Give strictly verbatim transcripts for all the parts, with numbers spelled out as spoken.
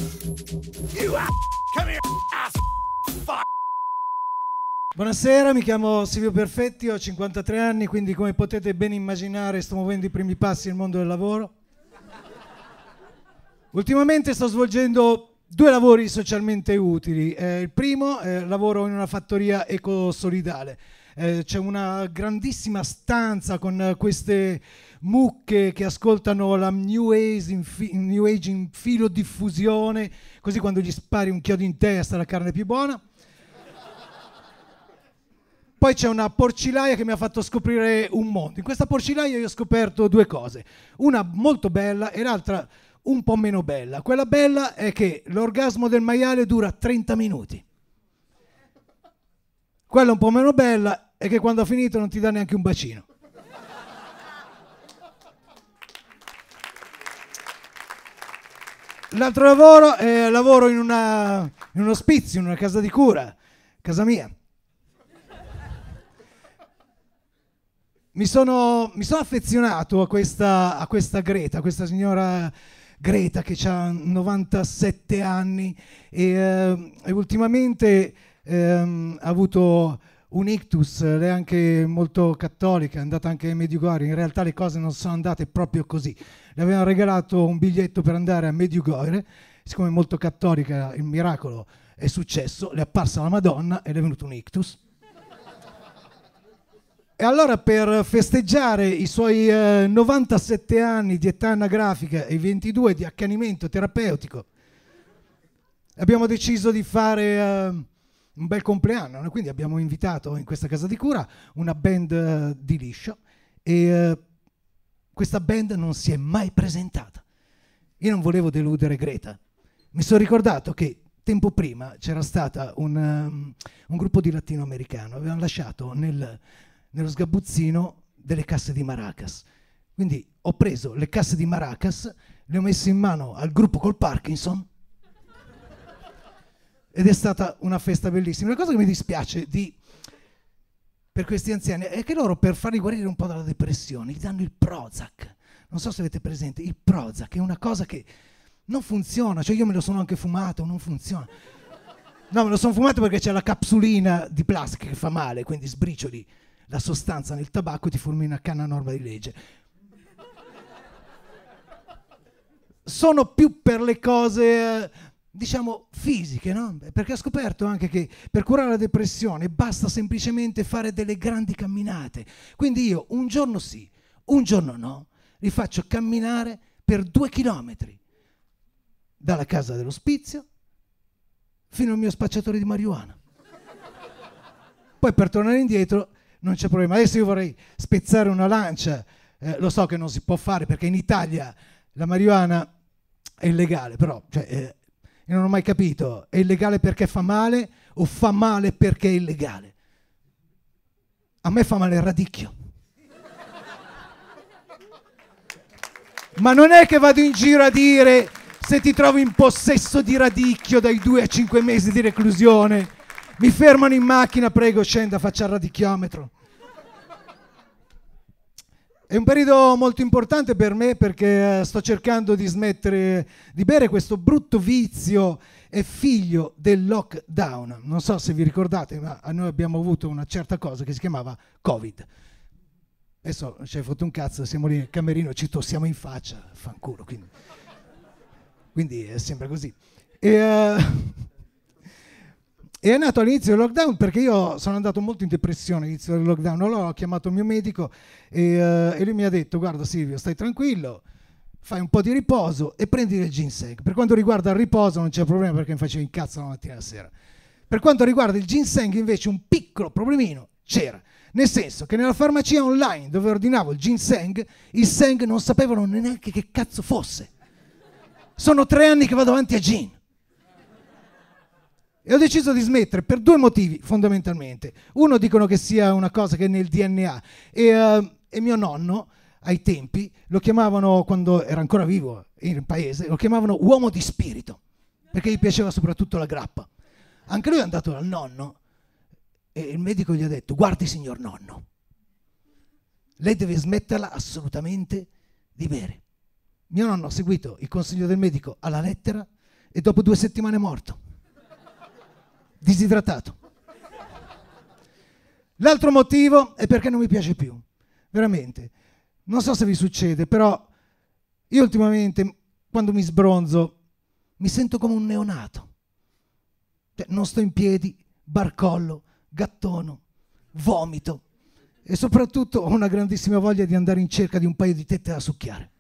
You ass. Come here, ass. Fuck. Buonasera, mi chiamo Silvio Perfetti, ho cinquantatré anni, quindi come potete ben immaginare sto muovendo i primi passi nel mondo del lavoro. Ultimamente sto svolgendo due lavori socialmente utili. Eh, il primo è lavoro in una fattoria ecosolidale. Eh, c'è una grandissima stanza con eh, queste mucche che ascoltano la New Age in, fi- New Age in filodiffusione, così quando gli spari un chiodo in testa la carne è più buona. Poi c'è una porcilaia che mi ha fatto scoprire un mondo. In questa porcilaia io ho scoperto due cose, una molto bella e l'altra un po' meno bella. Quella bella è che l'orgasmo del maiale dura trenta minuti. Quella un po' meno bella è che quando ha finito non ti dà neanche un bacino. L'altro lavoro è lavoro in, una, in un ospizio, in una casa di cura, casa mia. Mi sono, mi sono affezionato a questa, a questa Greta, a questa signora Greta che ha novantasette anni e, eh, e ultimamente ehm, ha avuto un ictus, lei è anche molto cattolica, è andata anche ai Medjugorje, in realtà le cose non sono andate proprio così. Le avevano regalato un biglietto per andare a Medjugorje, siccome è molto cattolica il miracolo è successo, le è apparsa la Madonna e le è venuto un ictus. E allora per festeggiare i suoi eh, novantasette anni di età anagrafica e ventidue di accanimento terapeutico, abbiamo deciso di fare eh, un bel compleanno, no? Quindi abbiamo invitato in questa casa di cura una band eh, di liscio e eh, questa band non si è mai presentata. Io non volevo deludere Greta, mi sono ricordato che tempo prima c'era stato un, um, un gruppo di latinoamericano, avevano lasciato nel... nello sgabuzzino delle casse di maracas. Quindi ho preso le casse di maracas, le ho messe in mano al gruppo col Parkinson ed è stata una festa bellissima. La cosa che mi dispiace di, per questi anziani è che loro, per farli guarire un po' dalla depressione, gli danno il Prozac. Non so se avete presente, il Prozac è una cosa che non funziona, cioè io me lo sono anche fumato, non funziona. No, me lo sono fumato perché c'è la capsulina di plastica che fa male, quindi sbricioli la sostanza nel tabacco e ti formi una canna a norma di legge. Sono più per le cose, diciamo, fisiche, no? Perché ho scoperto anche che per curare la depressione basta semplicemente fare delle grandi camminate. Quindi io un giorno sì, un giorno no, li faccio camminare per due chilometri dalla casa dell'ospizio fino al mio spacciatore di marijuana. Poi per tornare indietro non c'è problema. Adesso io vorrei spezzare una lancia, eh, lo so che non si può fare perché in Italia la marijuana è illegale, però cioè, eh, io non ho mai capito, è illegale perché fa male o fa male perché è illegale? A me fa male il radicchio. Ma non è che vado in giro a dire se ti trovi in possesso di radicchio dai due a cinque mesi di reclusione mi fermano in macchina, prego scenda, faccia il radicchiometro. È un periodo molto importante per me perché sto cercando di smettere di bere. Questo brutto vizio è figlio del lockdown. Non so se vi ricordate, ma noi abbiamo avuto una certa cosa che si chiamava Covid. Adesso non c'è fatto un cazzo, siamo lì nel camerino, ci tossiamo in faccia, fanculo, quindi, quindi è sempre così. E, uh, E è nato all'inizio del lockdown perché io sono andato molto in depressione all'inizio del lockdown. Allora ho chiamato il mio medico e, uh, e lui mi ha detto: guarda Silvio, stai tranquillo, fai un po' di riposo e prendi del ginseng. Per quanto riguarda il riposo non c'è problema perché mi facevo incazzo la mattina e la sera. Per quanto riguarda il ginseng invece un piccolo problemino c'era. Nel senso che nella farmacia online dove ordinavo il ginseng, il seng non sapevano neanche che cazzo fosse. Sono tre anni che vado avanti a gin. E ho deciso di smettere per due motivi fondamentalmente. Uno, dicono che sia una cosa che è nel D N A e, uh, e mio nonno ai tempi lo chiamavano, quando era ancora vivo in paese, lo chiamavano uomo di spirito perché gli piaceva soprattutto la grappa. Anche lui è andato dal nonno e il medico gli ha detto: guardi signor nonno, lei deve smetterla assolutamente di bere. Mio nonno ha seguito il consiglio del medico alla lettera e dopo due settimane è morto. Disidratato. L'altro motivo è perché non mi piace più, veramente. Non so se vi succede, però io ultimamente, quando mi sbronzo, mi sento come un neonato. Cioè, non sto in piedi, barcollo, gattono, vomito e soprattutto ho una grandissima voglia di andare in cerca di un paio di tette da succhiare.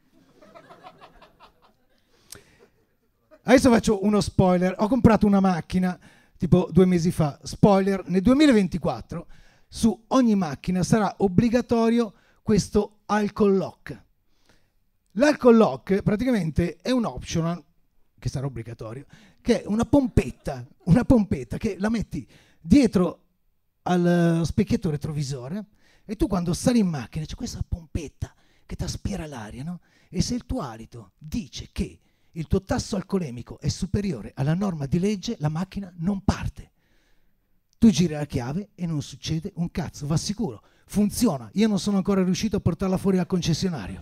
Adesso faccio uno spoiler. Ho comprato una macchina tipo due mesi fa. Spoiler, nel duemilaventiquattro su ogni macchina sarà obbligatorio questo alcol lock. L'alcol lock praticamente è un optional, che sarà obbligatorio, che è una pompetta, una pompetta che la metti dietro al specchietto retrovisore e tu quando sali in macchina c'è questa pompetta che ti aspira l'aria, no? E se il tuo alito dice che il tuo tasso alcolemico è superiore alla norma di legge, la macchina non parte. Tu giri la chiave e non succede un cazzo, va sicuro. Funziona. Io non sono ancora riuscito a portarla fuori al concessionario.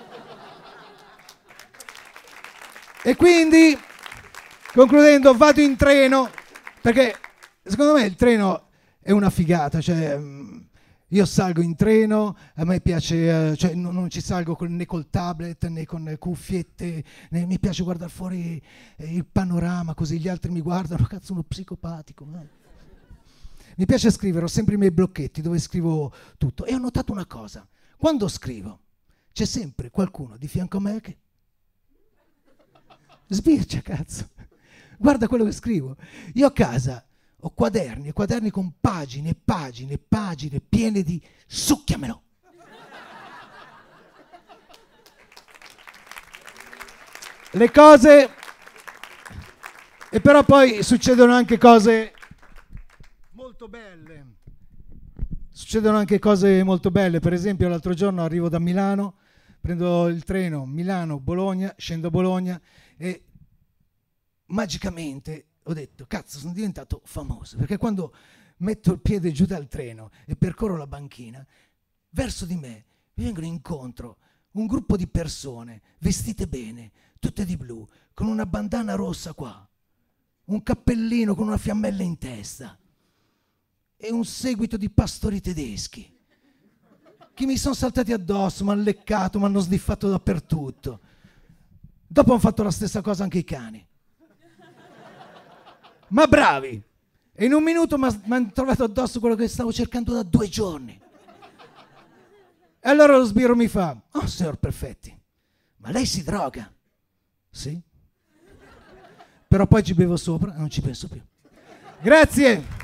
E quindi, concludendo, vado in treno, perché secondo me il treno è una figata, cioè io salgo in treno, a me piace, cioè non, non ci salgo con, né col tablet né con le cuffiette, né, mi piace guardare fuori il panorama così gli altri mi guardano, cazzo uno psicopatico. No? Mi piace scrivere, ho sempre i miei blocchetti dove scrivo tutto e ho notato una cosa, quando scrivo c'è sempre qualcuno di fianco a me che sbircia, cazzo, guarda quello che scrivo. Io a casa ho quaderni e quaderni con pagine e pagine e pagine piene di succhiamelo. Le cose... E però poi succedono anche cose molto belle. Succedono anche cose molto belle. Per esempio l'altro giorno arrivo da Milano, prendo il treno Milano-Bologna, scendo a Bologna e magicamente ho detto, cazzo, sono diventato famoso, perché quando metto il piede giù dal treno e percorro la banchina, verso di me mi vengono incontro un gruppo di persone vestite bene, tutte di blu, con una bandana rossa qua, un cappellino con una fiammella in testa e un seguito di pastori tedeschi che mi sono saltati addosso, mi hanno leccato, mi hanno sniffato dappertutto. Dopo hanno fatto la stessa cosa anche i cani. Ma bravi! E in un minuto mi hanno trovato addosso quello che stavo cercando da due giorni. E allora lo sbirro mi fa, oh signor Perfetti, ma lei si droga? Sì. Però poi ci bevo sopra e non ci penso più. Grazie!